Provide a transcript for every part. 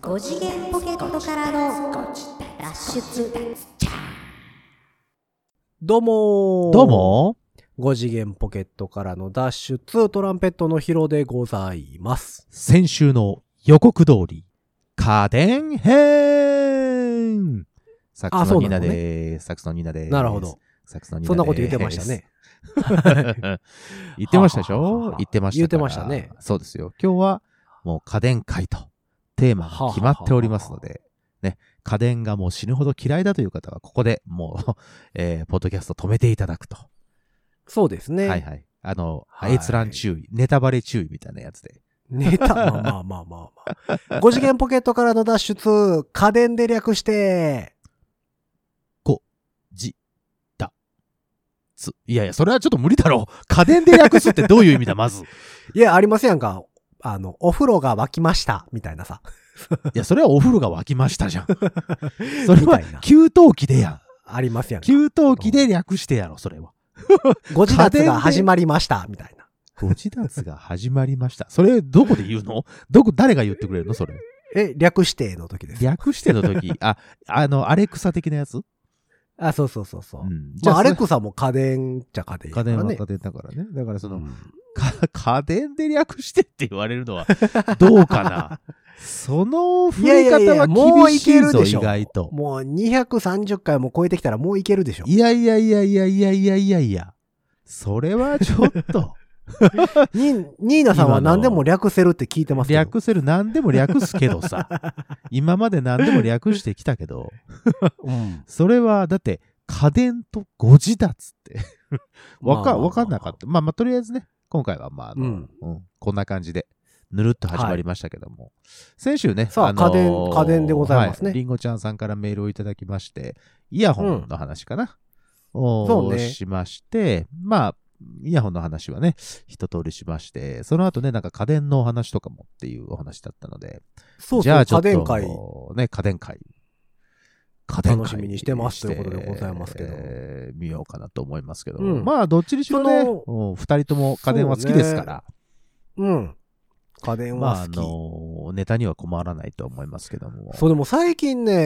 5次元ポケットからの脱出。 どうもどうも 5次元ポケットからの脱出、トランペットのヒロでございます。 先週の予告通り、家電編サックスのニーナでーす。サックスのニーナでーす。 なるほど。 サックスのニーナでーす。 そんなこと言ってましたね。 言ってましたでしはははょは言ってましたから。 言ってましたね。 そうですよ。今日はもう家電会とテーマが決まっておりますので、ね、家電がもう死ぬほど嫌いだという方はここでもう、ポッドキャスト止めていただくと。 そうですね。 はいはい。 はい閲覧注意、ネタバレ注意みたいなやつで。 ネタ、まあ。5次元ポケットからの脱出、家電で略して、 いやいや、それはちょっと無理だろう。家電で略すってどういう意味だ、まず。 いや、ありますやんか。お風呂が沸きました、みたいなさ。 いや、それはお風呂が沸きましたじゃん。それはみたいな給湯器でやん。 ありますやんか。 給湯器で略してやろ、それは。 ご自立が始まりました、みたいな。 ご自立が始まりました。それ、どこで言うの誰が言ってくれるのそれ。 略しての時です。 略しての時、アレクサ的なやつそう。 じゃあ、 アレクサも家電じゃ家電家電はね。 家電だからね。だからうん家電で略してって言われるのはどうかな。その振り方はもうい厳しいぞ、 けるでしょ。 意外と。 もう230回も超えてきたらもういけるでしょ。 いや。それはちょっと。 ニーナさんは何でも略せるって聞いてますけど。 略せる、何でも略すけどさ。今まで何でも略してきたけど。それは、だって、家電とご自立ってわかんなかった。まあ、とりあえずね、今回はこんな感じで、ぬるっと始まりましたけども。先週ね、 さあ、家電でございますね。 りんごちゃんさんからメールをいただきまして、イヤホンの話かな。 そうね。 しまして、まあ、イヤホンの話はね、一通りしまして、その後ね、なんか家電のお話とかもっていうお話だったので、 そうじゃあちょっと、 家電会。 ね、家電会楽しみにしてますということでございますけど。 見ようかなと思いますけど、 まあ、どっちにしろね、二人とも家電は好きですから。 家電は好き。 ネタには困らないと思いますけども。 そう、でも最近ね、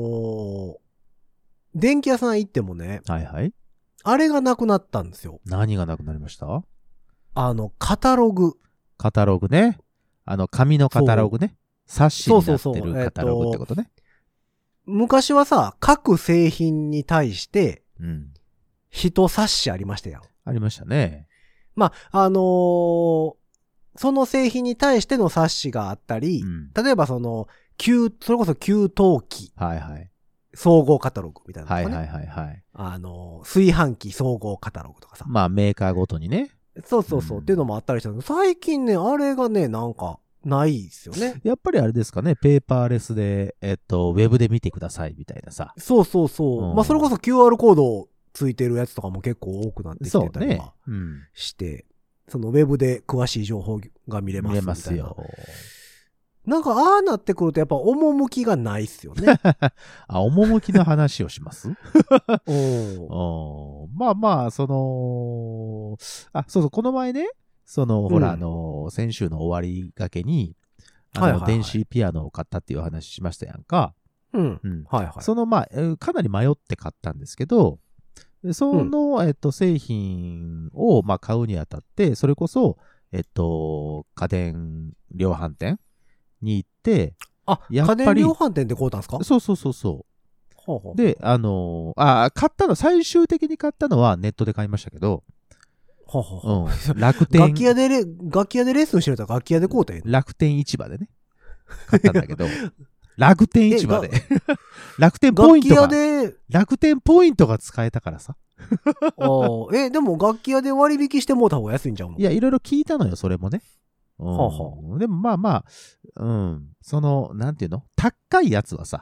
電気屋さん行ってもね、 はいはい。 あれがなくなったんですよ。 何がなくなりました？ カタログ。 カタログね。紙のカタログね。冊子になってるカタログってことね。 昔はさ、各製品に対して、一冊子ありましたやん。 ありましたね。 まあ、その製品に対しての冊子があったり、例えばそれこそ給湯器。 はいはい。 総合カタログみたいな、ね。 はい。 炊飯器総合カタログとかさ。 まあ、メーカーごとにね。 そう、っていうのもあったりしたけど、最近ね、あれがね、なんか、ないですよね。 やっぱりあれですかね、ペーパーレスで、ウェブで見てくださいみたいなさ。 そう。まあ、それこそ QR コードついてるやつとかも結構多くなってきてたりはして、そのウェブで詳しい情報が見れますみたいな。見れますよ。なんか、ああなってくるとやっぱ趣がないっすよね。 趣の話をしますまあ、そう、この前ね、ほら、先週の終わりがけに、電子ピアノを買ったっていう話しましたやんか。かなり迷って買ったんですけど、その、製品を、買うにあたって、それこそ、家電量販店に行って、 やっぱり家電量販店で買うたんですか？ そう。で、最終的に買ったのはネットで買いましたけど、楽天。 楽器屋でレッスンしてたら楽器屋で買うたんや。 楽天市場でね、買ったんだけど、楽天市場で。楽天ポイントが使えたからさ。 でも楽器屋で割引してもうた方が安いんちゃうの？ いや、いろいろ聞いたのよ、それもね。でもなんていうの？高いやつはさ、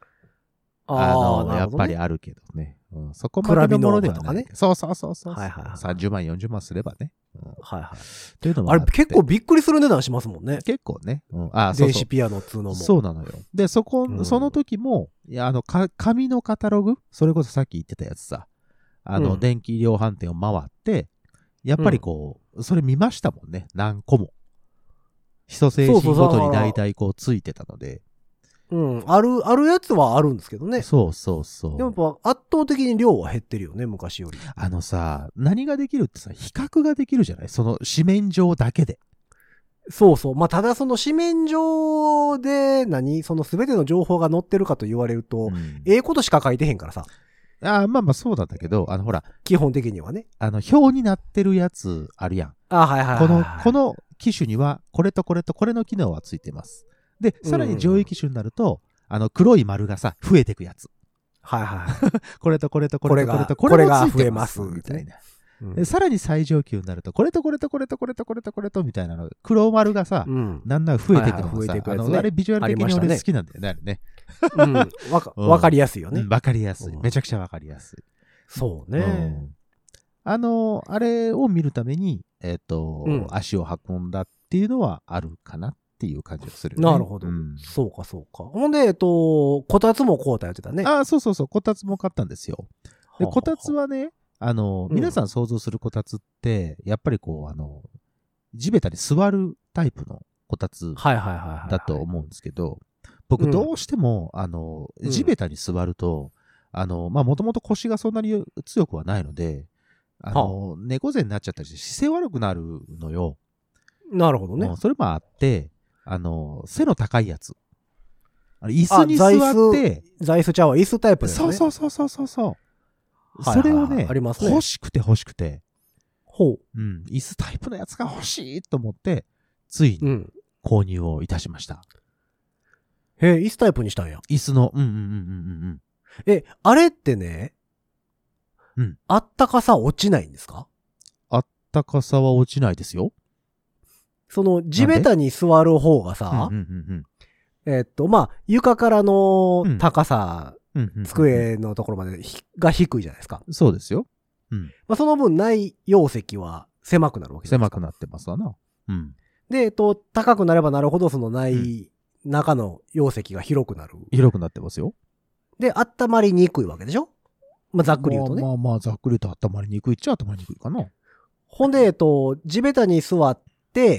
やっぱりあるけどね。そこまでのものではない。そう。30万、40万すればね。というのもあれ結構びっくりする値段しますもんね。 結構ね。 電子ピアノっつうのも。 そうなのよ。で、その時も、紙のカタログ、それこそさっき言ってたやつさ、電気量販店を回って、やっぱりそれ見ましたもんね。何個も。一製品ごとに大体ついてたので。 うん。あるやつはあるんですけどね。 そうそうそう。 でもやっぱ圧倒的に量は減ってるよね、昔より。 何ができるってさ、比較ができるじゃない？その紙面上だけで。 そうそう。まあ、ただその紙面上でその全ての情報が載ってるかと言われると、ことしか書いてへんからさ。 まあそうなんだけど、ほら。 基本的にはね。 表になってるやつあるやん。 はいはいはい。 この機種には、これとこれとこれの機能はついてます。で、さらに上位機種になると、黒い丸がさ、増えていくやつ。 はいはい。 これとこれとこれとこれとこれが増えます。みたいな。でさらに最上級になると、これとこれとこれとこれとこれとこれとみたいなの、黒丸がさ、なんなら増えていくのがさ、あれビジュアル的に俺好きなんだよね、あれね。 わかりやすいよね。 わかりやすい。めちゃくちゃわかりやすい。 そうね。 あれを見るために、足を運んだっていうのはあるかなっていう感じがするよね。 なるほど。そうかそうか。ほんで、こたつも買うたやってたね。 そうそうそう、こたつも買ったんですよ。で、こたつはね、皆さん想像するこたつって、やっぱり地べたに座るタイプのこたつだと思うんですけど、僕どうしても、地べたに座ると、まあ、もともと腰がそんなに強くはないので、猫背になっちゃったりして姿勢悪くなるのよ。 なるほどね。 それもあって、背の高いやつ。椅子に座って、 座椅子ちゃうわ、椅子タイプだよね。 そう。それをね、欲しくて。 ほう。 椅子タイプのやつが欲しいと思って、ついに購入をいたしました。 へえ、椅子タイプにしたんや。 椅子の、 あれってね、あったかさ落ちないんですか？ あったかさは落ちないですよ。 その地べたに座る方がさ、まあ、床からの高さ、机のところまでが低いじゃないですか。 そうですよ。 まあ、その分内容積は狭くなるわけですか。 狭くなってますわな。 で、高くなればなるほどその中の容積が広くなる。 広くなってますよ。 で、温まりにくいわけでしょ？まあ、ざっくり言うとね。 まあ、ざっくりと温まりにくいっちゃ温まりにくいかな。 ほんで、地べたに座って、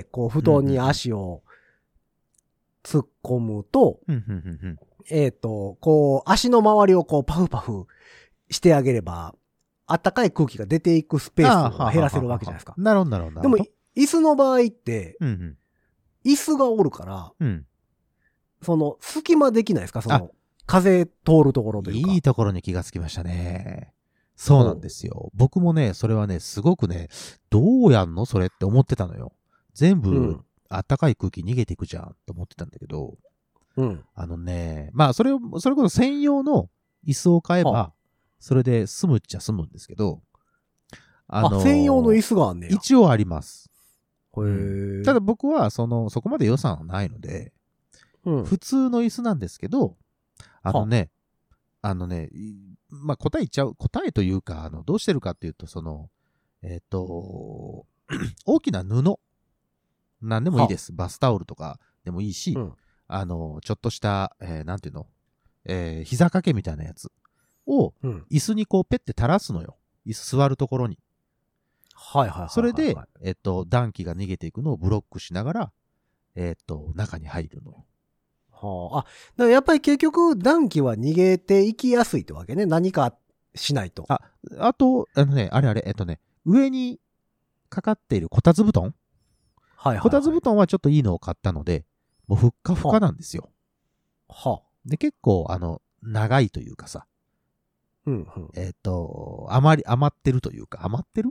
布団に足を突っ込むと、足の周りをパフパフしてあげれば、暖かい空気が出ていくスペースを減らせるわけじゃないですか。 なるほど。 でも、椅子の場合って、椅子がおるから、その、隙間できないですか？その、風通るところというか。 いいところに気がつきましたね。そうなんですよ。僕もね、それはね、すごくね、どうやんのそれって思ってたのよ。全部、暖かい空気逃げていくじゃんと思ってたんだけど、まあ、それこそ専用の椅子を買えば、それで済むっちゃ済むんですけど、 専用の椅子があんねや。 一応あります。 ただ僕は、そこまで予算はないので、普通の椅子なんですけど、まあ、答えというか、どうしてるかっていうと、大きな布、なんでもいいです。バスタオルとかでもいいし、ちょっとした、なんていうの、膝掛けみたいなやつを、椅子にペッて垂らすのよ。椅子座るところに。それで、暖気が逃げていくのをブロックしながら、中に入るのよ。 だからやっぱり結局暖気は逃げていきやすいってわけね。何かしないと。 あと、上にかかっているこたつ布団。こたつ布団はちょっといいのを買ったので、もうふっかふかなんですよ。で、結構、長いというかさ。余ってるというか、余ってる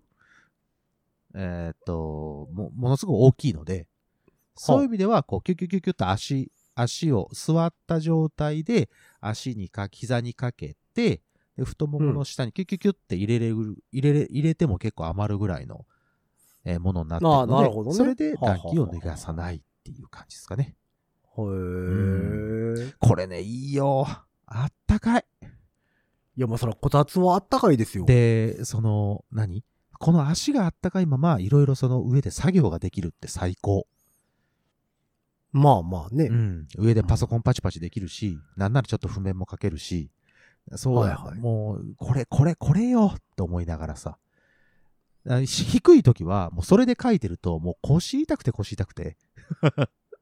ものすごく大きいので、そういう意味では、キュキュキュキュッと足を座った状態で膝にかけて、で太ももの下にキュキュキュって入れても結構余るぐらいのものになってるので、 なるほどね、 それで暖気を逃がさないっていう感じですかね。 へー。 これね、いいよ。あったかい。 いや、まあそれこたつはあったかいですよ。 で、この足があったかいまま、いろいろその上で作業ができるって最高。 まあまあね。 上でパソコンパチパチできるし、なんならちょっと譜面も書けるし、そうや、もう、これよって思いながらさ。低い時は、もうそれで書いてると、もう腰痛くて。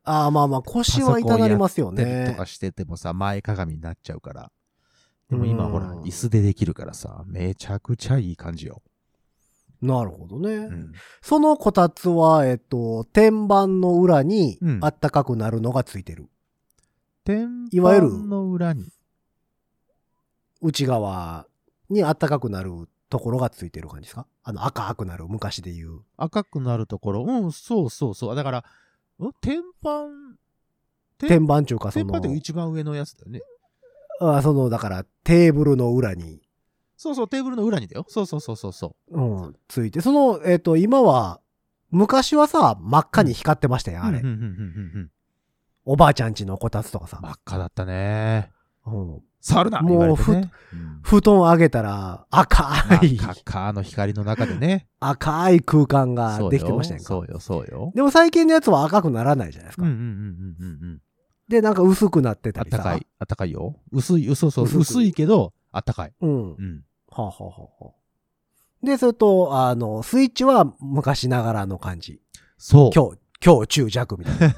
ああ、まあまあ、腰は痛なりますよパソコンやってね。 るとかしててもさ、前かがみになっちゃうから。でも今ほら、椅子でできるからさ、めちゃくちゃいい感じよ。 なるほどね。そのこたつは、天板の裏にあったかくなるのがついてる。 天板の裏に内側にあったかくなるところがついてる感じですか？赤くなる、昔で言う。 赤くなるところ、そうそうそう。だから、天板中か、 天板って一番上のやつだよね。 だからテーブルの裏に。 そうそう、テーブルの裏にだよ。そう。 ついて、今は、昔はさ、真っ赤に光ってましたよ、あれ。おばあちゃんちのこたつとかさ。 真っ赤だったね。触るなもう、布団上げたら赤い。 赤の光の中でね。 赤い空間ができてましたよ。 そうよ。 でも最近のやつは赤くならないじゃないですか。で、なんか薄くなってたりさ。 あったかいよ。薄いけど、あったかい。 はあ。で、それと、スイッチは昔ながらの感じ。 そう。 強中弱みたいな。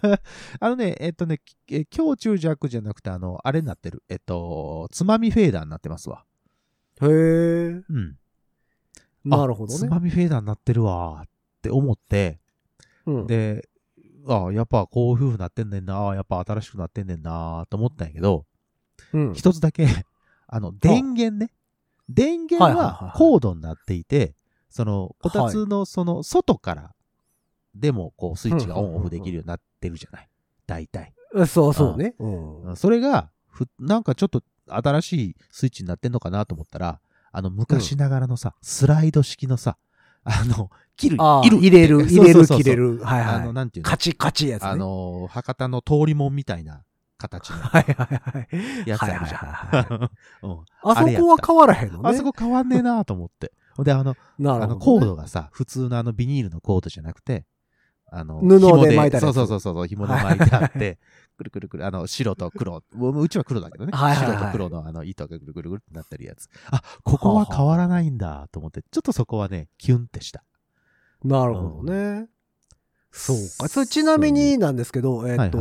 強中弱じゃなくて、あれになってる。つまみフェーダーになってますわ。 へえ。なるほどね。 つまみフェーダーになってるわって思って、で、やっぱこういう風になってんねんな、やっぱ新しくなってんねんなと思ったんやけど、一つだけ、電源ね。電源はコードになっていて、こたつの外からでもスイッチがオンオフできるようになってるじゃない。大体。 そうね。 それが、なんかちょっと新しいスイッチになってんのかなと思ったら、昔ながらのさ、スライド式のさ、 入れる、切れる。 なんていうの？ カチカチやつね。 博多の通りもんみたいな形のやつあるじゃん。 あそこは変わらへんのね。 あそこ変わんねえなと思って。で、コードがさ、普通のビニールのコードじゃなくて、 布で巻いたり。 そう、紐で巻いてあって、くるくるくる、白と黒。うちは黒だけどね。白と黒の糸がぐるぐるぐるってなってるやつ。ここは変わらないんだと思って、ちょっとそこはね、キュンってした。 なるほどね。そうか。それちなみになんですけど、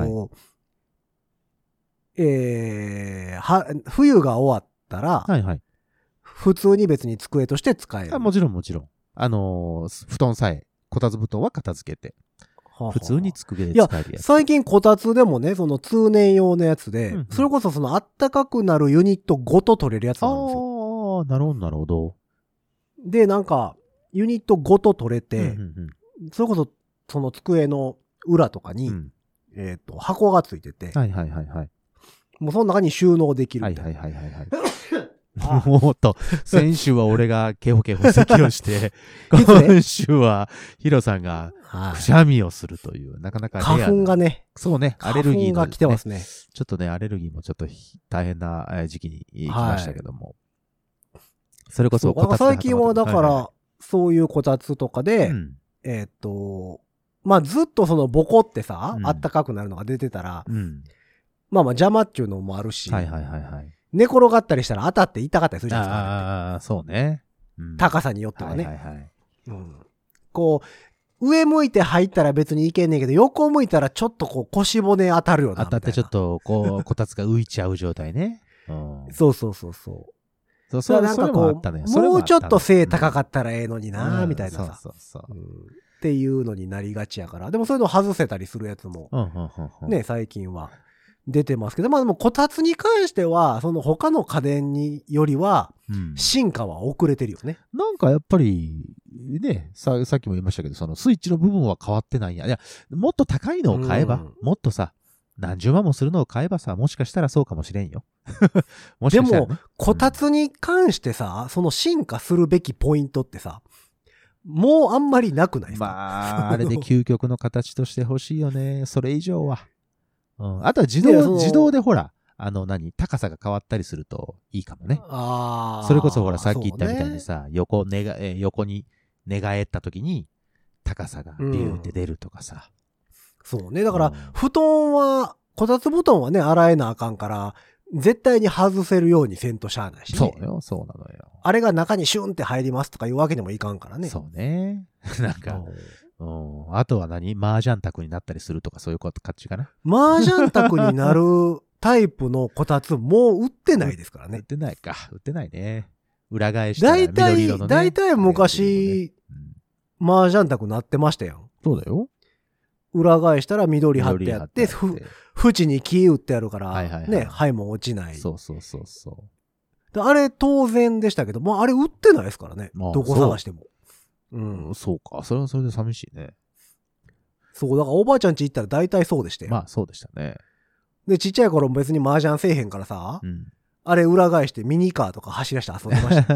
冬が終わったら、普通に別に机として使える。 もちろん。布団さえ、こたつ布団は片付けて。普通に机で使えるやつ。 最近こたつでもね、通年用のやつで、それこそあったかくなるユニットごと取れるやつなんですよ。 なるほど。 で、なんか、ユニットごと取れて、それこそ机の裏とかに、箱がついてて、もうその中に収納できる。 もっと、先週は俺がケホケホ咳をして、今週はヒロさんがくしゃみをするという、なかなかレアな。 花粉がね。 そうね、アレルギーが来てますね。 ちょっとね、アレルギーもちょっと大変な時期に来ましたけども。それこそこたつ最近はだから、そういうこたつとかで、まあずっとボコってさ、あったかくなるのが出てたら、まあ邪魔っていうのもあるし、寝転がったりしたら当たって痛かったりするじゃないですか。 そうね。 高さによってはね。上向いて入ったら別にいけんねんけど、横向いたらちょっと腰骨当たるよな。 当たってちょっとこたつが浮いちゃう状態ね。 そう。 そうなんかもうちょっと背高かったらええのにな、みたいなさ。っていうのになりがちやから。でもそういうの外せたりするやつも、ね、最近は。出てますけど、まあでもこたつに関しては、他の家電によりは、進化は遅れてるよね。 なんかやっぱり、ね、さっきも言いましたけど、スイッチの部分は変わってないんや。いや、もっと高いのを買えば、もっとさ、何十万もするのを買えばさ、もしかしたらそうかもしれんよ。もしかしたら、ね、 でも、こたつに関してさ、進化するべきポイントってさ、もうあんまりなくないですか？ まあ、あれで究極の形としてほしいよね。それ以上は。あとは自動でほら、高さが変わったりするといいかもね。それこそほら、さっき言ったみたいにさ、横に寝返った時に、高さがビューって出るとかさ。 そうね。だから、こたつ布団はね、洗えなあかんから、絶対に外せるようにせんとしゃあないし、ね。 そうなのよ。 あれが中にシュンって入りますとかいうわけにもいかんからね。 そうね。なんか、 あとは麻雀卓になったりするとかそういう感じかな。 麻雀卓になるタイプのこたつもう売ってないですからね。 売ってないか。売ってないね。裏返したら緑色のね。 大体昔、麻雀卓なってましたやん。 そうだよ。 裏返したら緑貼ってあって、縁に木打ってあるから、ね、灰も落ちない。 そうそうそうそう。 あれ当然でしたけど、まああれ売ってないですからね。どこ探しても。 そうか。それはそれで寂しいね。 そう、だからおばあちゃん家行ったら大体そうでしたよ。 まあそうでしたね。 で、ちっちゃい頃別に麻雀せえへんからさ、あれ裏返してミニカーとか走らして遊んでました。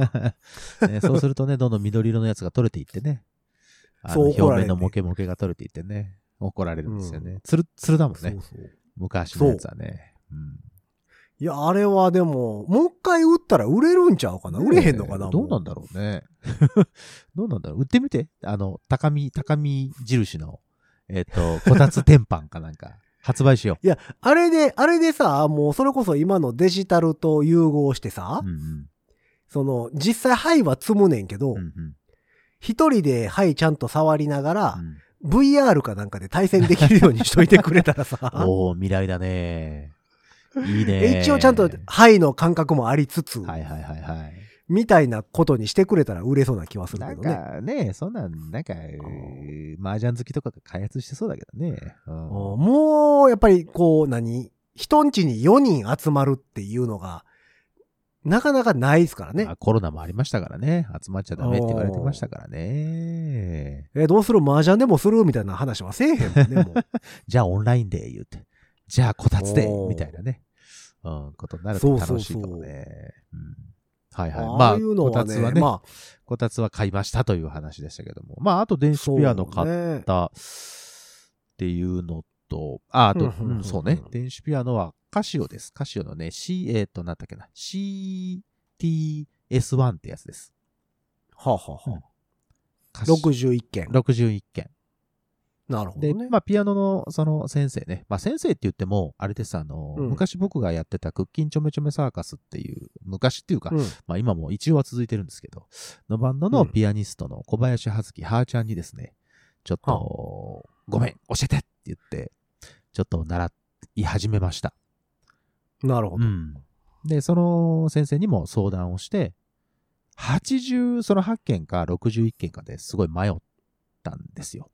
ね、そうするとね、どんどん緑色のやつが取れていってね。表面のモケモケが取れていってね。怒られるんですよね。つるだもんね。そうそう昔のやつはね。 いや、あれはでも、もう一回売ったら売れるんちゃうかな、売れへんのかな。 どうなんだろうね。どうなんだろう。売ってみて。高見印の、こたつ天板かなんか、発売しよう。 いや、あれでさ、もうそれこそ今のデジタルと融合してさ、実際灰は積むねんけど、一人で灰ちゃんと触りながら、VR かなんかで対戦できるようにしといてくれたらさ。 おー、未来だね。いいね。 一応ちゃんと灰の感覚もありつつ、 はい。 みたいなことにしてくれたら売れそうな気はするけどね。 なんかね、そんなん、麻雀好きとかが開発してそうだけどね。 もう、やっぱり人ん家に4人集まるっていうのが、なかなかないですからね。 コロナもありましたからね。集まっちゃダメって言われてましたからね。 どうする麻雀でもするみたいな話はせえへんもんね、もう。 じゃあオンラインで言うて。じゃあこたつでみたいなね。ことになると楽しいかもね。はい。まあ、こたつはね、こたつは買いましたという話でしたけども。まあ、あと電子ピアノ買ったっていうのと、そうね。電子ピアノはカシオです。カシオのね、なんだっけな。CTS1 ってやつです。 はあはあはあ。61件。 61件。 なるほどね。 で、まあ、ピアノのその先生ね。まあ、先生って言っても、あれです、昔僕がやってたクッキンちょめちょめサーカスっていう、昔っていうか、まあ今も一応は続いてるんですけど、のバンドのピアニストの小林葉月はーちゃんにですね、ちょっと、ごめん、教えてって言って、ちょっと習い始めました。 なるほど。 で、その先生にも相談をして、その8件か61件かですごい迷ったんですよ。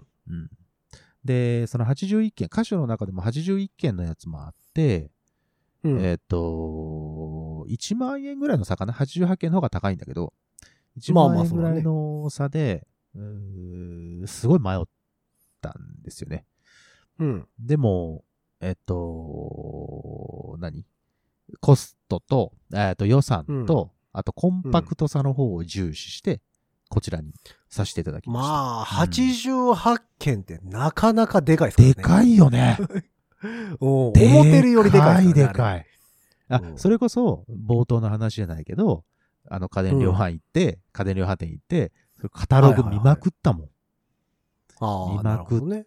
で、その81件、歌手の中でも81件のやつもあって、1万円ぐらいの差かな ?88 件の方が高いんだけど、1万円ぐらいの差で、すごい迷ったんですよね。でも、コストと、予算と、あとコンパクトさの方を重視して、こちらにさせていただきました。 まあ、88件ってなかなかでかいですね。 でかいよね。 思ってるよりでかい。 でかい。それこそ、冒頭の話じゃないけど、家電量販店行って、カタログ見まくったもん。見まくって、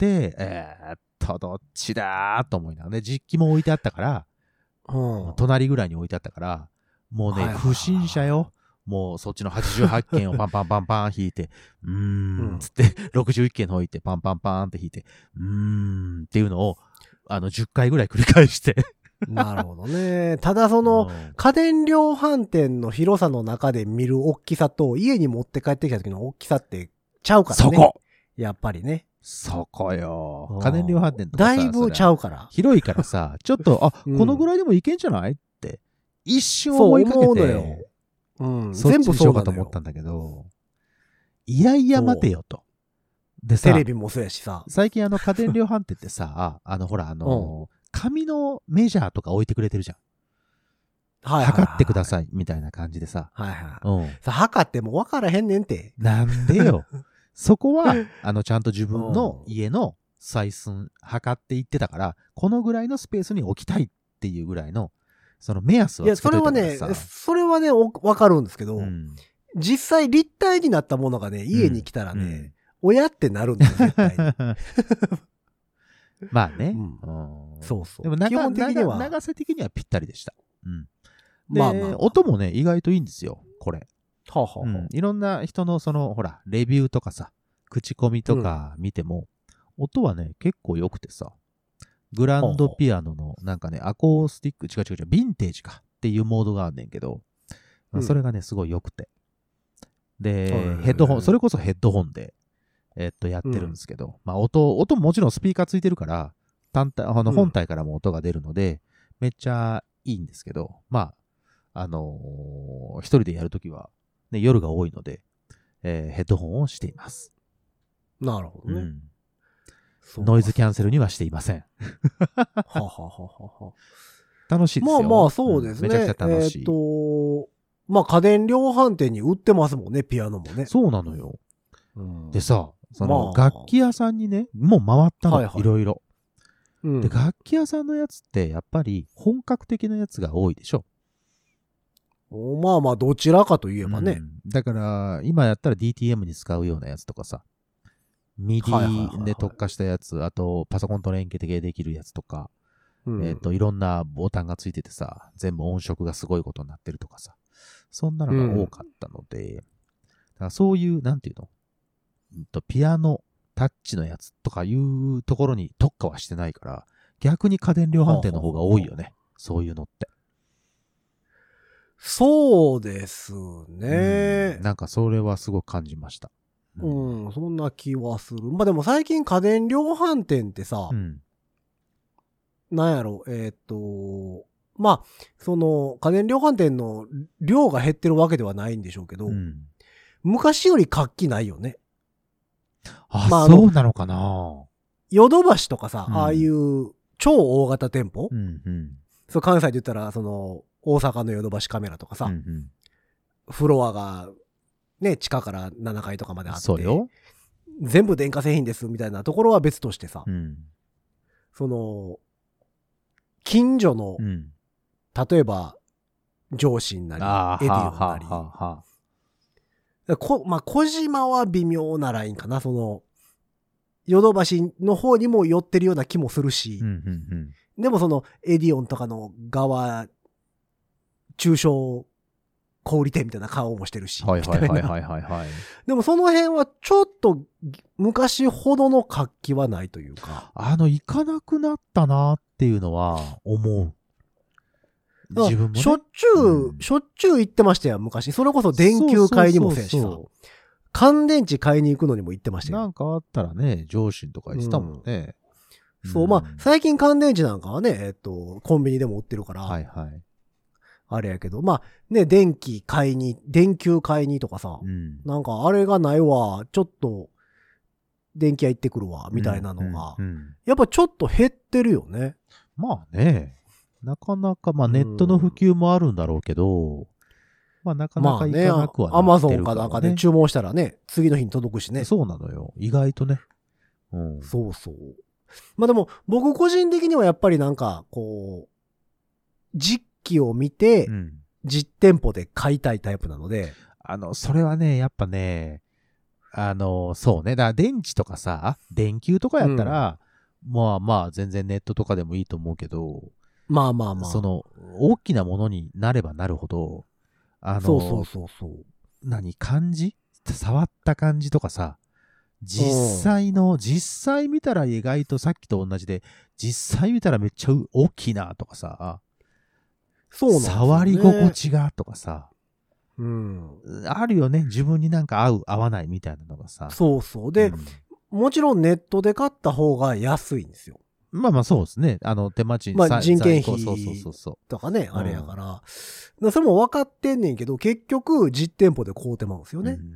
どっちだーと思いながらね、実機も置いてあったから、隣ぐらいに置いてあったから、もうね、不審者よ。もうそっちの88件をパンパンパンパン引いて、つって61件の置いてパンパンパンって引いて、っていうのを、10回ぐらい繰り返して。 なるほどね。ただ家電量販店の広さの中で見る大きさと、家に持って帰ってきた時の大きさってちゃうからね。 そこやっぱりね。 そこよ。家電量販店とかさ。 だいぶちゃうから。 広いからさ、ちょっと、このぐらいでもいけんじゃないって、一瞬思いかけて。そう思うのよ。全部そうかと思ったんだけど、いやいや待てよと。 でさ、テレビもそうやしさ。 最近家電量販店ってさ、ほら紙のメジャーとか置いてくれてるじゃん。測ってくださいみたいな感じでさ。測っても分からへんねんて。 なんでよ。そこは、ちゃんと自分の家の採寸測っていってたから、このぐらいのスペースに置きたいっていうぐらいの、その目安はつけといたからさ。いや、 それはね、わかるんですけど、実際立体になったものがね、家に来たらね、親ってなるんだよ、絶対に。 まあね。 そうそう。 でも基本的には長さ的にはぴったりでした。で、音もね、意外といいんですよ、これ。いろんな人のほら、レビューとかさ、 口コミとか見ても、音はね、結構良くてさ、グランドピアノのなんかね、アコースティック、違う、ヴィンテージかっていうモードがあんねんけど、それがね、すごい良くて。で、ヘッドホン、それこそヘッドホンで、やってるんですけど、まあ音ももちろんスピーカーついてるから、本体からも音が出るので、めっちゃいいんですけど、まあ、一人でやるときは、ね、夜が多いので、ヘッドホンをしています。 なるほどね。 ノイズキャンセルにはしていません。楽しいですよ。 まあそうですね。 めちゃくちゃ楽しい。 まあ家電量販店に売ってますもんね、ピアノもね。 そうなのよ。でさ、楽器屋さんにね、もう回ったの、いろいろ。で、楽器屋さんのやつって、やっぱり本格的なやつが多いでしょ。 まあまあ、どちらかといえばね。 だから、今やったら DTM に使うようなやつとかさ、MIDI で特化したやつ、あと、パソコンと連携できるやつとか、いろんなボタンがついててさ、全部音色がすごいことになってるとかさ、そんなのが多かったので、だからそういう、なんていうの、ピアノ、タッチのやつとかいうところに特化はしてないから、逆に家電量販店の方が多いよね。そういうのって。 そうですね。 なんかそれはすごく感じました。 そんな気はする。まあでも最近家電量販店ってさ、なんやろ、まあ、その家電量販店の量が減ってるわけではないんでしょうけど、昔より活気ないよね。 まあ、そうなのかな。 ヨドバシとかさ、ああいう超大型店舗、そう関西で言ったら、その、大阪のヨドバシカメラとかさ、フロアが、ね、地下から7階とかまであって、 そうよ。 全部電化製品ですみたいなところは別としてさ、その、近所の、例えば、上司なり、エディオンなり、まあ、小島は微妙なラインかな。その、ヨドバシの方にも寄ってるような気もするし、でもその、エディオンとかの側、中小小売店みたいな顔もしてるし。でもその辺はちょっと昔ほどの活気はないというか。 行かなくなったなっていうのは思う。自分も、ね、 しょっちゅう行ってましたよ、昔。それこそ電球買いにもせんしさ。乾電池買いに行くのにも行ってましたよ。 なんかあったらね、上司とか言ってたもんね。 そう、まあ、最近乾電池なんかはね、コンビニでも売ってるから。あれやけど、まあ、ね、電球買いにとかさ、なんかあれがないわ、ちょっと、電気屋行ってくるわ、みたいなのが、やっぱちょっと減ってるよね。 まあね。なかなか、まあネットの普及もあるんだろうけど、まあなかなか行かなくはなってるからね。 アマゾンかなんかで注文したらね、次の日に届くしね。 そうなのよ。意外とね。 そうそう。まあでも、僕個人的にはやっぱりなんか、こう、実機を見て、実店舗で買いたいタイプなので。 それはね、やっぱね、そうね。だから電池とかさ、電球とかやったら、まあまあ全然ネットとかでもいいと思うけど、 まあまあまあ。 その、大きなものになればなるほど、 そう。 感じ触った感じとかさ、実際見たら意外とさっきと同じで、実際見たらめっちゃ大きいなとかさ、 そうなんですよね。 触り心地がとかさ、 あるよね。自分になんか合う、合わないみたいなのがさ。 そうそう。で、もちろんネットで買った方が安いんですよ。 まあまあそうですね。手間賃、 まあ人件費そうとかね、あれやから。それも分かってんねんけど、結局実店舗で買うてまうんですよね。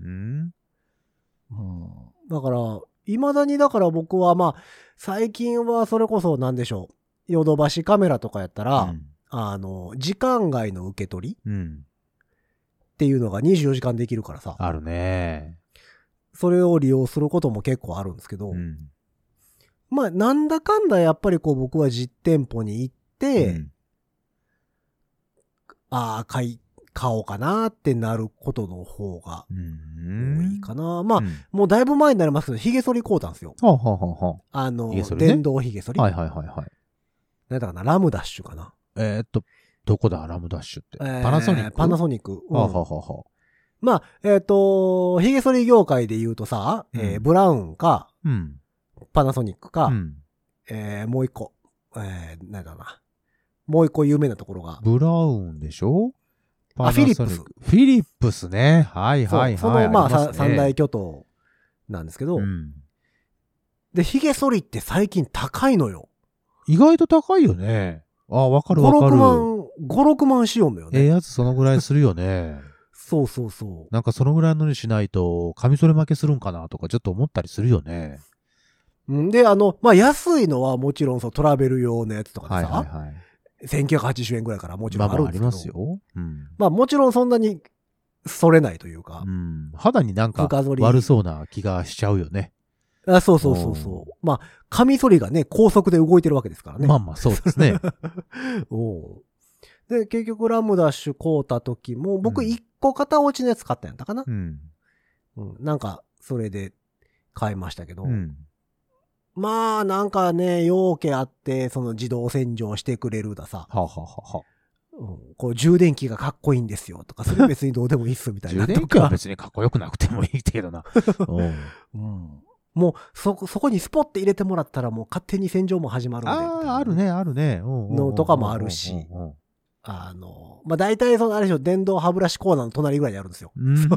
だから、未だに僕はまあ、最近はそれこそなんでしょう。ヨドバシカメラとかやったら、時間外の受け取りっていうのが24時間できるからさ。 あるね。 それを利用することも結構あるんですけど、まあ、なんだかんだやっぱりこう僕は実店舗に行って、買おうかなってなることの方が多いかな。まあ、もうだいぶ前になりますけど、髭剃り買うたんですよ。電動髭剃り。 なんだかな、ラムダッシュかな。 どこだ、ラムダッシュって。パナソニック。 パナソニック。 まあ、髭剃り業界で言うとさ、ブラウンか、パナソニックか、もう一個、なんだろうな。もう一個有名なところが。 ブラウンでしょ？ フィリップス。 フィリップスね。はいはいはい。 その、まあ、三大巨頭なんですけど、で、髭剃りって最近高いのよ。 意外と高いよね。あ、わかるわかる。 5、6万しよんのよね。 やつそのぐらいするよね。 そうそうそう。 なんかそのぐらいのにしないと、カミソリ負けするんかなとかちょっと思ったりするよね。 で、まあ、安いのはもちろんそうトラベル用のやつとかでさ、1980円ぐらいからもちろんあるんですけど。 まあ、ありますよ。 まあ、もちろんそんなに剃れないというか。 肌になんか悪そうな気がしちゃうよね。 そうそうそうそう。まあ、カミソリがね、高速で動いてるわけですからね。 まあまあ、そうですね。 で、結局ラムダッシュ買うた時も、僕1個片落ちのやつ買ったんやったかな。なんか、それで買いましたけど。まあ、なんかね、容器あって、その自動洗浄してくれるださ。こう充電器がかっこいいんですよとか、それ別にどうでもいいっすみたいな。 充電器は別にかっこよくなくてもいいけどな。 もう、そこにスポッて入れてもらったらもう勝手に洗浄も始まるんで。 あるね、あるね。 のとかもあるし。まあ大体そのあれでしょ、電動歯ブラシコーナーの隣ぐらいにあるんですよ。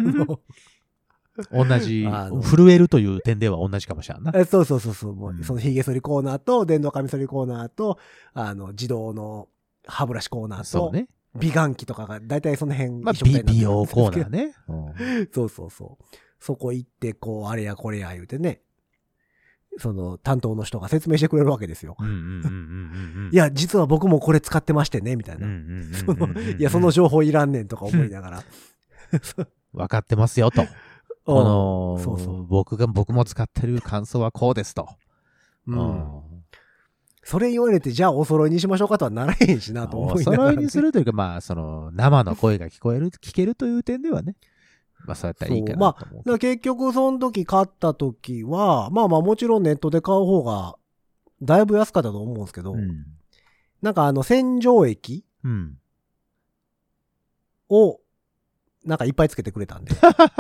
同じ、震えるという点では同じかもしれんな。 そうそうそうそう。もうその髭剃りコーナーと、電動カミソリコーナーと、自動の歯ブラシコーナーと、 そうね。 美顔器とかが大体その辺一緒みたいな。美容コーナーね。 そうそうそう。そこ行って、こう、あれやこれや言うてね、その担当の人が説明してくれるわけですよ。いや、実は僕もこれ使ってましてね、みたいな。いや、その情報いらんねんとか思いながら。 分かってますよと。僕も使ってる感想はこうですと。 それ言われて、じゃあお揃いにしましょうかとはならへんしなと思いながら、 お揃いにするというか、まあ、その、生の声が聞けるという点ではね。まあ、そうやったらいいかなと思う。 まあ、結局、その時買った時は、まあまあ、もちろんネットで買う方が、だいぶ安かったと思うんですけど、なんか洗浄液を、なんかいっぱいつけてくれたんで。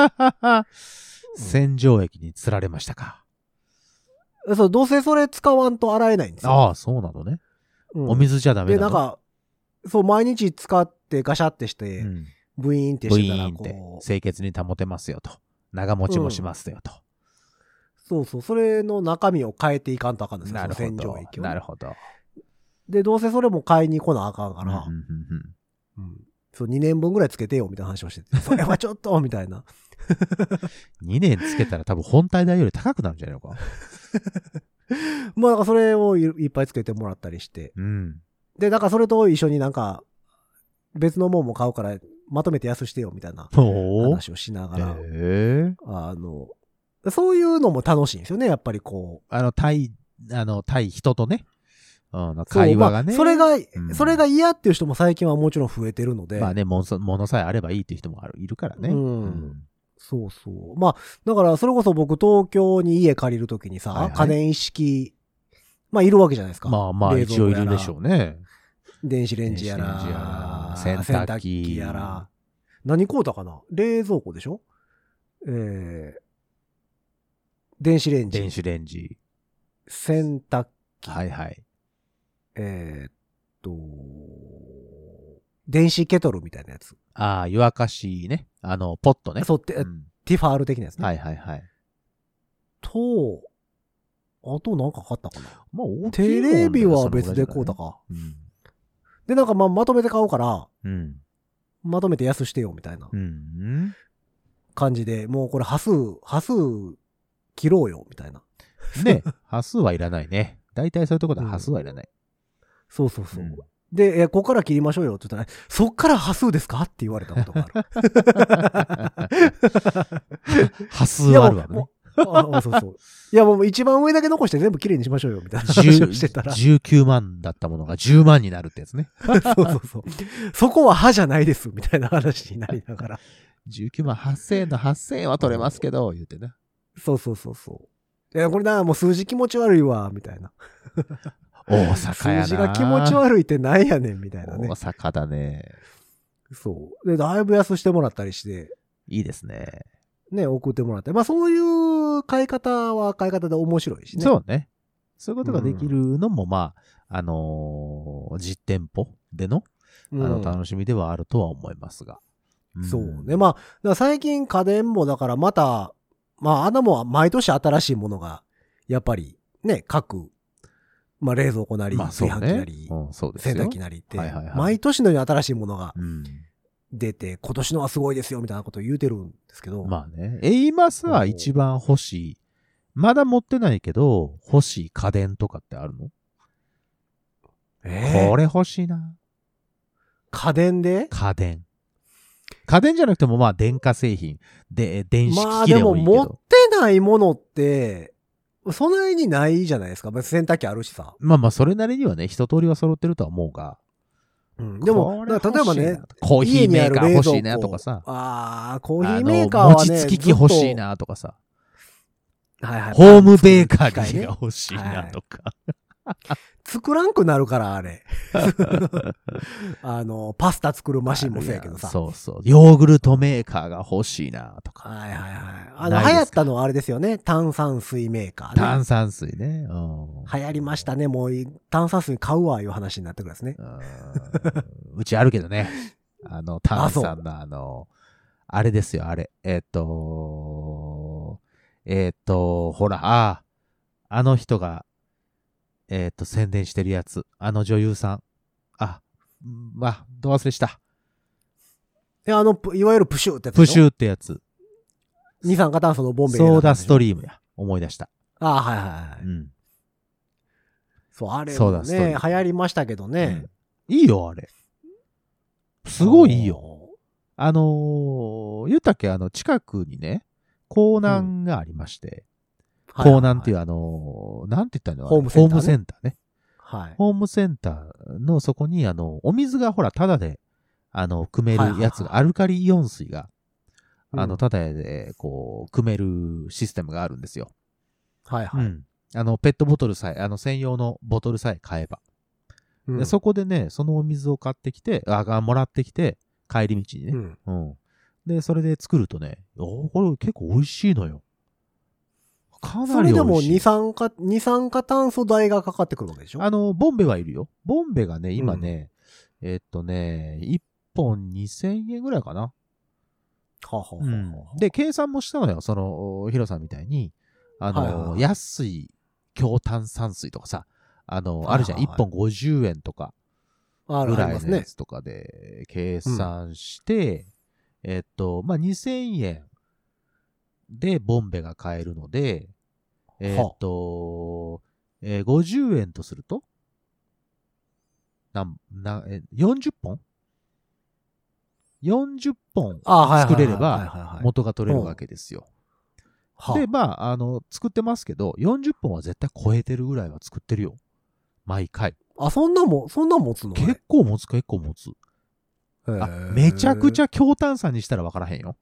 洗浄液に釣られましたか。 そう、どうせそれ使わんと洗えないんですよ。 ああ、そうなのね。お水じゃダメなの。 で、なんか、そう、毎日使ってガシャってして、ブイーンってしてたらこう、清潔に保てますよと。長持ちもしますよと。 そうそう、それの中身を変えていかんとあかんですよ、洗浄液を。 なるほど。 で、どうせそれも買いに来なあかんから、そう、2年分ぐらいつけてよ、みたいな話をしてて、それはちょっと、みたいな。 2年つけたら多分本体代より高くなるんじゃないのか。 まあ、なんかそれをいっぱいつけてもらったりして。で、なんかそれと一緒になんか、別のもんも買うから、まとめて安してよ、みたいな話をしながら。そういうのも楽しいんですよね、やっぱりこう。 対人とね。会話がね。 それが嫌っていう人も最近はもちろん増えてるので。 まあね、ものさえあればいいっていう人もいるからね。 そうそう。まあ、だからそれこそ僕東京に家借りるときにさ、家電一式、まあいるわけじゃないですか。 まあまあ一応いるでしょうね。 電子レンジやら、洗濯機やら。何買うたかな？冷蔵庫でしょ？電子レンジ。洗濯機。電子ケトルみたいなやつ。 ああ、湯沸かしね。ポットね。 そう、ティファール的なやつね。と、あとなんか買ったかな。 まあ、 テレビは別で買うたか。で、なんかまとめて買うから、まとめて安してよ、みたいな感じで、もうこれ端数切ろうよ、みたいな。 ね、端数はいらないね。大体そういうところで端数はいらない。 そうそうそう。で、ここから切りましょうよって言ったら、そっから端数ですかって言われたことがある。 端数あるわね。 そうそう。いやもう一番上だけ残して全部きれいにしましょうよみたいな話をしてたら。 19万だったものが10万になるってやつね。 そうそうそう。そこは歯じゃないですみたいな話になりながら。 19万8000円の8000円は取れますけど、言うてな。 そうそうそうそう。いや、これな、もう数字気持ち悪いわ、みたいな。 大阪やな。 数字が気持ち悪いってなんやねん、みたいなね。 大阪だね。 そう。で、だいぶ安してもらったりして。 いいですね。 ね、送ってもらって。まあそういう買い方は買い方で面白いしね。 そうね。そういうことができるのも、まあ、実店舗での、楽しみではあるとは思いますが。 そうね。まあ、だから最近家電もだからまた、まあ、も毎年新しいものが、やっぱりね、各、まあ冷蔵庫なり、炊飯器なり、洗濯機なりって、毎年のように新しいものが出て、今年のはすごいですよ、みたいなことを言うてるんですけど。 まあね。今さ、一番欲しい、まだ持ってないけど、欲しい家電とかってあるの？これ欲しいな。 家電で？ 家電じゃなくても、まあ、電化製品で、電子機器でもいいけど。 まあでも持ってないものって、そんなにないじゃないですか。洗濯機あるしさ。 まあまあ、それなりにはね、一通りは揃ってるとは思うが。 でも、例えばね、 コーヒーメーカー欲しいなとかさ。 コーヒーメーカーはね、 餅つき機欲しいなとかさ。 はいはい。 ホームベーカリーが欲しいなとか。 作らんくなるから、あれ。パスタ作るマシンもそうやけどさ。 そうそう。ヨーグルトメーカーが欲しいなとか。 はいはいはい。流行ったのはあれですよね。炭酸水メーカーね。 炭酸水ね。 流行りましたね。もう、炭酸水買うわ、いう話になってくるんですね。 うちあるけどね。炭酸のあれですよ、あれ。ほら、あの人が、宣伝してるやつ。女優さん。ど忘れした。 いわゆるプシューってやつ。 プシューってやつ。 二酸化炭素のボンベ。 ソーダストリームや。思い出した。 はいはい。そう、あれもね、流行りましたけどね。 いいよ、あれ。すごいいいよ。言ったっけ、近くにね、港南がありまして、港南っていうなんて言ったらいいの？ホームセンターね。 はい。 ホームセンターのそこに、お水がほら、タダで、汲めるやつが、アルカリイオン水が、タダで、こう、汲めるシステムがあるんですよ。 はいはい。 ペットボトルさえ、専用のボトルさえ買えば。でそこでね、そのお水を買ってきて、もらってきて、帰り道にね。で、それで作るとね、これ結構美味しいのよ。かなり美味しい。それでも二酸化炭素代がかかってくるわけでしょ？ ボンベはいるよ。ボンベがね、今ね、1本2000円ぐらいかな。で、計算もしたのよ。ヒロさんみたいに、安い強炭酸水とかさ、あるじゃん。1本50円とか、ぐらいのやつとかで計算して、2000円でボンベが買えるので、50円とすると40本 ?40 本作れれば元が取れるわけですよ。で、作ってますけど、40本は絶対超えてるぐらいは作ってるよ。毎回。 そんな持つの？ 結構持つ。めちゃくちゃ強炭酸にしたら分からへんよ。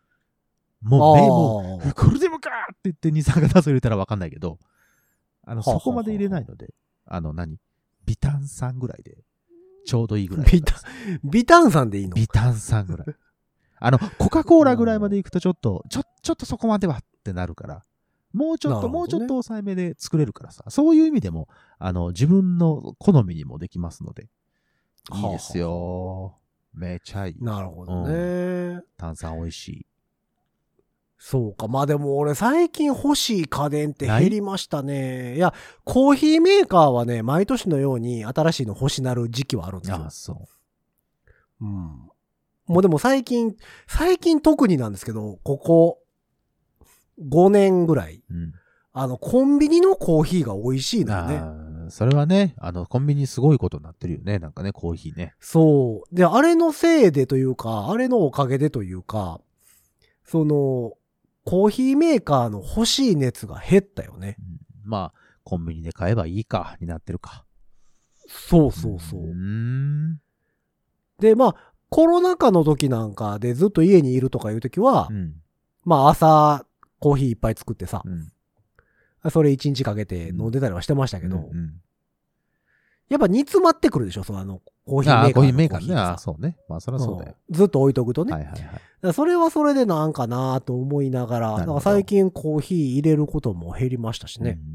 もう、これでもかーって言って二酸化炭素入れたら分かんないけど、そこまで入れないので、微炭酸ぐらいで、ちょうどいいぐらい。 微炭酸でいいの？ 微炭酸ぐらい。コカ・コーラぐらいまで行くとちょっとそこまではってなるから、もうちょっと抑えめで作れるからさ、そういう意味でも、自分の好みにもできますので、いいですよ。めちゃいい。 なるほどね。 炭酸美味しい。 そうか。でも俺最近欲しい家電って減りましたね。いや、コーヒーメーカーはね、毎年のように新しいの欲しなる時期はあるんですよ。 そう。 もうでも最近特になんですけど、ここ5年ぐらい、コンビニのコーヒーが美味しいのよね。 それはね、コンビニすごいことになってるよね。なんかね、コーヒーね。 そう。で、あれのせいでというか、あれのおかげでというか、コーヒーメーカーの欲しい熱が減ったよね。 コンビニで買えばいいか、になってるか。 そう。で、コロナ禍の時なんかでずっと家にいるとかいう時は、朝、コーヒーいっぱい作ってさ、それ1日かけて飲んでたりはしてましたけど、やっぱ煮詰まってくるでしょ、ココーヒーメーカー。 コーヒーメーカーね。ああ、そうね。まあ、そりゃそうだよ。 ずっと置いとくとね。 はいはいはい。 それはそれでなんかなと思いながら、だから最近コーヒー入れることも減りましたしね。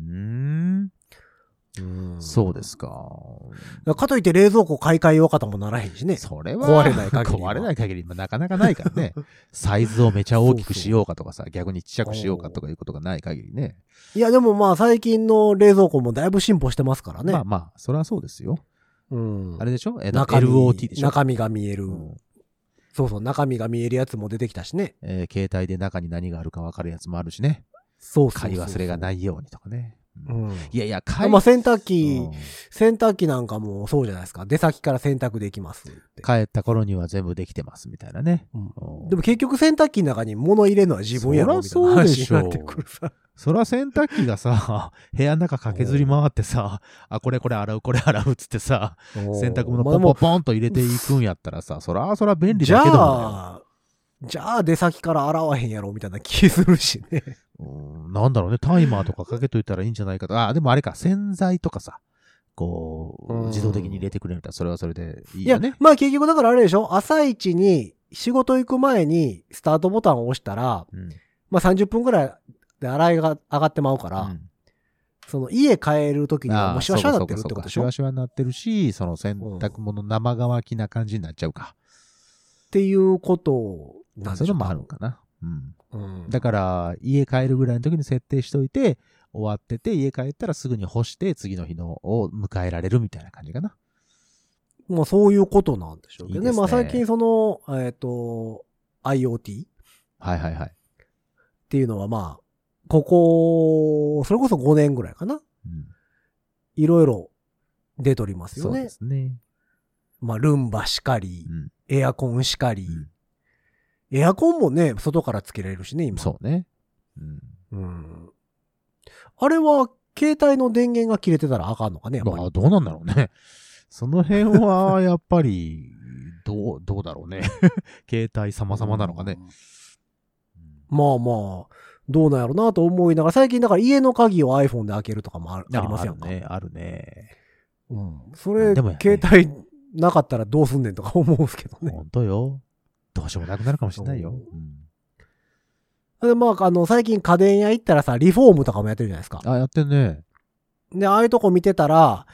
そうですか。 かといって冷蔵庫買い替えようかともならへんしね。 それは壊れない限り。 壊れない限り、なかなかないからね。サイズをめちゃ大きくしようかとかさ、逆にちっちゃくしようかとかいうことがない限りね。 いや、でもまあ最近の冷蔵庫もだいぶ進歩してますからね。 まあまあ、それはそうですよ。あれでしょ LOT でしょ中身が見える。そうそう、中身が見えるやつも出てきたしね。 携帯で中に何があるか分かるやつもあるしね。 そう。 買い忘れがないようにとかね。いやいや、 まあ洗濯機なんかもそうじゃないですか。出先から洗濯できますって。 帰った頃には全部できてますみたいなね。 でも結局洗濯機の中に物入れるのは自分やろみたいな話になってくるさ。 そら洗濯機がさ、部屋の中駆けずり回ってさ、これ洗う、これ洗うっつってさ、洗濯物ポンポンポンと入れていくんやったらさ、そら便利だけどじゃあ出先から洗わへんやろみたいな気するしね。 なんだろうね、タイマーとかかけといたらいいんじゃないかと。でもあれか、洗剤とかさ、自動的に入れてくれるんだったらそれはそれでいいよね。 いや、まあ結局だからあれでしょ、朝一に仕事行く前にスタートボタンを押したら、まあ30分くらいで洗いが上がってまうから、その家帰るときにはもうシワシワになってるってことでしょ。 シワシワになってるし、その洗濯物生乾きな感じになっちゃうか。 っていうことなんでしょう。 それもあるんかな。だから、家帰るぐらいの時に設定しといて、終わってて、家帰ったらすぐに干して、次の日のを迎えられるみたいな感じかな。 まあそういうことなんでしょうけどね。 いいですね。 まあ最近その、IoT。 はいはいはい。 っていうのはまあ、ここ、それこそ5年ぐらいかな。いろいろ出とりますよね。 そうですね。 まあルンバしかり、エアコンしかり、エアコンもね、外からつけられるしね、今。 そうね。 あれは、携帯の電源が切れてたらあかんのかね、やっぱり。 どうなんだろうね。その辺は、やっぱり、どうだろうね。携帯様々なのかね。 まあまあ、どうなんやろうなと思いながら、最近だから家の鍵を iPhone で開けるとかもありますやんか。 あるね。 それ、携帯なかったらどうすんねんとか思うんすけどね。 本当よ。どうしようもなくなるかもしれないよ。 で、まあ、最近家電屋行ったらさ、リフォームとかもやってるじゃないですか。 やってんね。 で、ああいうとこ見てたら、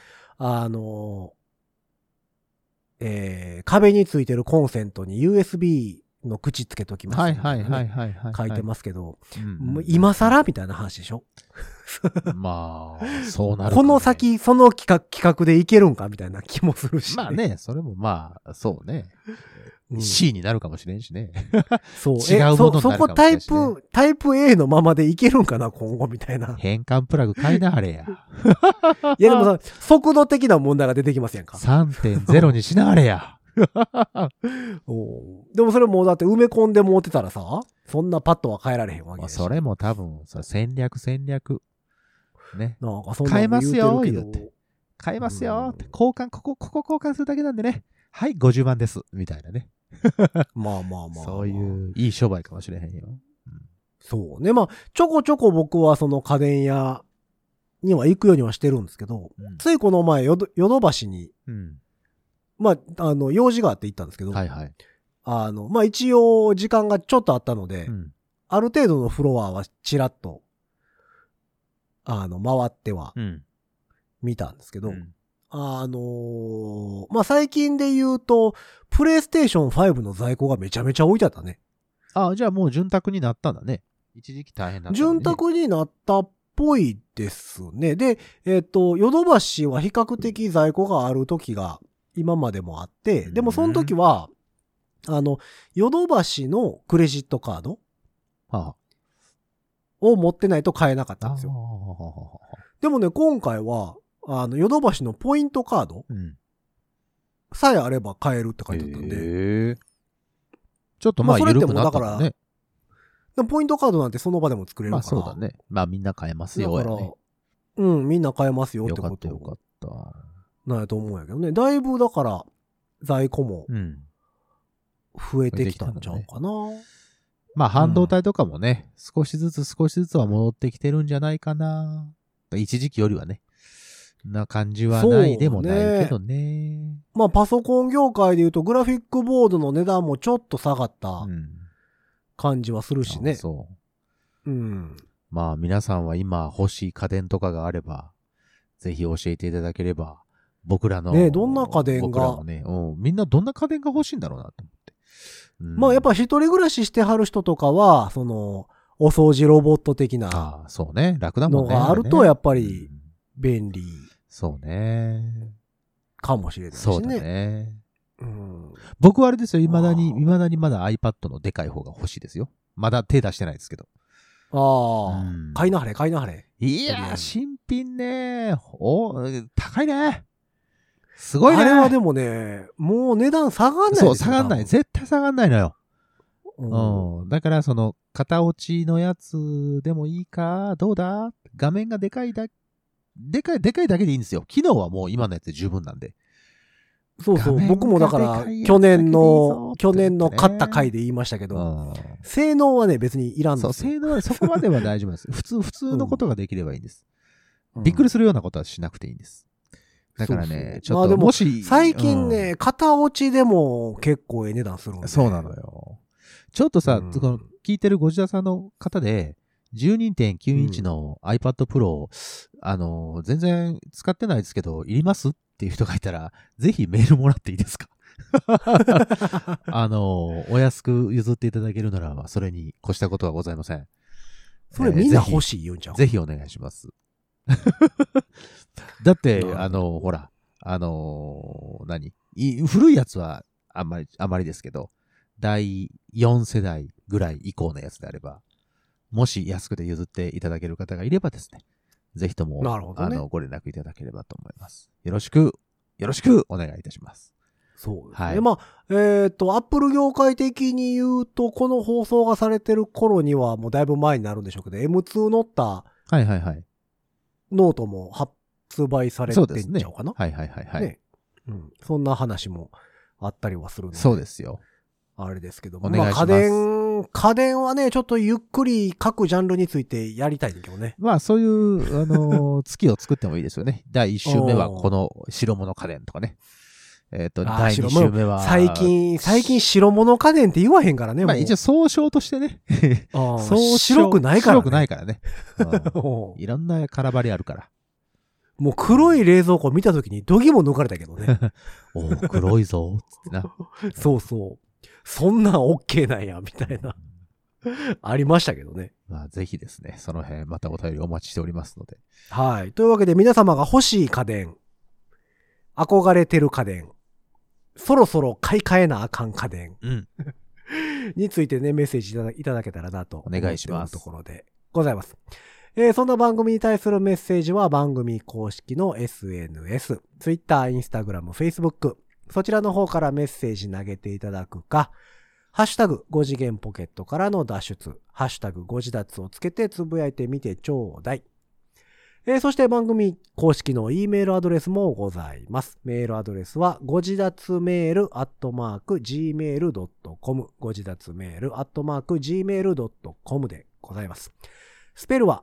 壁についてるコンセントに USB の口つけときます、書いてますけど、今更みたいな話でしょ。 まあ、そうなる、 この先、その企画でいけるんかみたいな気もするし、 まあね、それもまあ、そうね。C になるかもしれんしね。 そう。 違うものになるかもしれんし、ね。 そこタイプ A のままでいけるんかな、今後みたいな。 変換プラグ買いなはれや。 いやでもさ、速度的な問題が出てきますやんか。 3.0 にしなはれや。 でもそれもうだって埋め込んで持ってたらさ、そんなパッとは変えられへんわけやし。 それも多分、戦略。ね。 なんかそんな変えますよ、言って。変えますよ。交換、ここ交換するだけなんでね。はい、50万です。みたいなね。 まあ。 そういう、いい商売かもしれへんよ。 そうね。まあ、ちょこちょこ僕はその家電屋には行くようにはしてるんですけど、ついこの前、ヨドバシに、まあ、用事があって行ったんですけど、まあ一応時間がちょっとあったので、ある程度のフロアはちらっと、回っては、見たんですけど、まあ、最近で言うと、プレイステーション5の在庫がめちゃめちゃ置いてあったね。 じゃあもう潤沢になったんだね。一時期大変だった、ね。 潤沢になったっぽいですね。で、ヨドバシは比較的在庫がある時が今までもあって、でもその時は、ヨドバシのクレジットカードを持ってないと買えなかったんですよ。でもね、今回は、ヨドバシのポイントカードさえあれば買えるって書いてあったんで。 ちょっとまあ緩くなったんだね。 でもポイントカードなんてその場でも作れるから。 まあそうだね。まあみんな買えますよ。 だから、みんな買えますよってこと。 よかった。 なんやと思うんやけどね。だいぶだから在庫も増えてきたんちゃうかな。 まあ半導体とかもね、少しずつは戻ってきてるんじゃないかな。一時期よりはね。 な感じはないでもないけどね。 まあパソコン業界で言うとグラフィックボードの値段もちょっと下がった感じはするしね。 そう。 うん。 まあ皆さんは今欲しい家電とかがあれば、ぜひ教えていただければ、僕らの。 ね、どんな家電が。僕らもね、みんなどんな家電が欲しいんだろうなと思って。 まあやっぱ一人暮らししてはる人とかは、その、お掃除ロボット的な。 そうね。楽だもんね。 のがあるとやっぱり便利。 そうね。 かもしれないしね。 そうだね。僕はあれですよ。未だにまだ iPad のでかい方が欲しいですよ。まだ手出してないですけど。買いなはれ。 いやー、新品ね。高いね。すごいね。 あれはでもね、もう値段下がんないですよ。 そう、下がんない。絶対下がんないのよ。だからその、型落ちのやつでもいいか、どうだ？画面がでかいだけでいいんですよ。機能はもう今のやつで十分なんで。 そうそう。僕もだから、去年の買った回で言いましたけど、性能はね、別にいらんの。 そう、性能はそこまでは大丈夫です。普通のことができればいいんです。びっくりするようなことはしなくていいんです。だからね、ちょっと、もし。 最近ね、型落ちでも結構値段するんで。 そうなのよ。ちょっとさ、聞いてるご自宅さんの方で、12.9 インチの iPad Pro、全然使ってないですけど、いりますっていう人がいたら、ぜひメールもらっていいですかお安く譲っていただけるなら、それに越したことはございません。 それみんな欲しい言うんちゃう？ ぜひお願いします。だって、ほら、古いやつはあまりですけど、第4世代ぐらい以降のやつであれば、もし安くて譲っていただける方がいればですね、ぜひとも、ご連絡いただければと思います。よろしくお願いいたします。 そうですね。はい、まあ、Apple 業界的に言うと、この放送がされてる頃にはもうだいぶ前になるんでしょうけど、M2 乗ったノートも発売されてんちゃうかな？ はい。 ね。そんな話もあったりはするので。 そうですよ。 あれですけども。お願いします。 家電はね、ちょっとゆっくり各ジャンルについてやりたいんだけどね。 まあ、そういう、月を作ってもいいですよね。第1週目はこの白物家電とかね。第2週目は。 最近白物家電って言わへんからね。 まあ一応総称としてね。 白くないからね。 白くないからね。いろんな空張りあるから。 もう黒い冷蔵庫見たときにドギも抜かれたけどね。 黒いぞ、つってな。 そうそう。そんなん OK なんや、みたいな。ありましたけどね。 まあぜひですね、その辺またお便りお待ちしておりますので。 はい。というわけで皆様が欲しい家電、憧れてる家電、そろそろ買い替えなあかん家電、についてね、メッセージいただけたらなとお願いします。 ところでございます。そんな番組に対するメッセージは番組公式の SNS、Twitter、Instagram、Facebook、そちらの方からメッセージ投げていただくか、ハッシュタグ5次元ポケットからの脱出、ハッシュタグ5次脱をつけてつぶやいてみてちょうだい。そして番組公式の E メールアドレスもございます。メールアドレスはご自立メール@gmail.com ご自立メール@gmail.com でございます。スペルは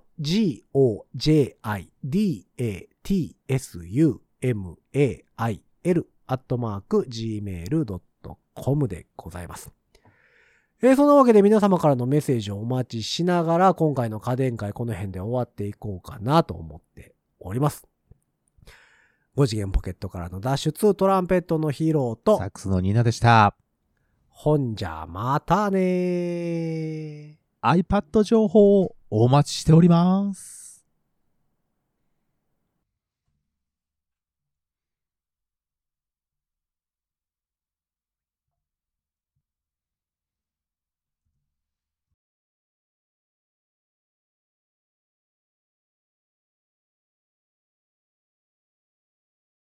gojidatsummail@gmail.com でございます。そんなわけで皆様からのメッセージをお待ちしながら、今回の家電会この辺で終わっていこうかなと思っております。5次元ポケットからの脱出、トランペットのヒーローとサックスのニーナでした。 ほんじゃまたねー。 iPad 情報をお待ちしております。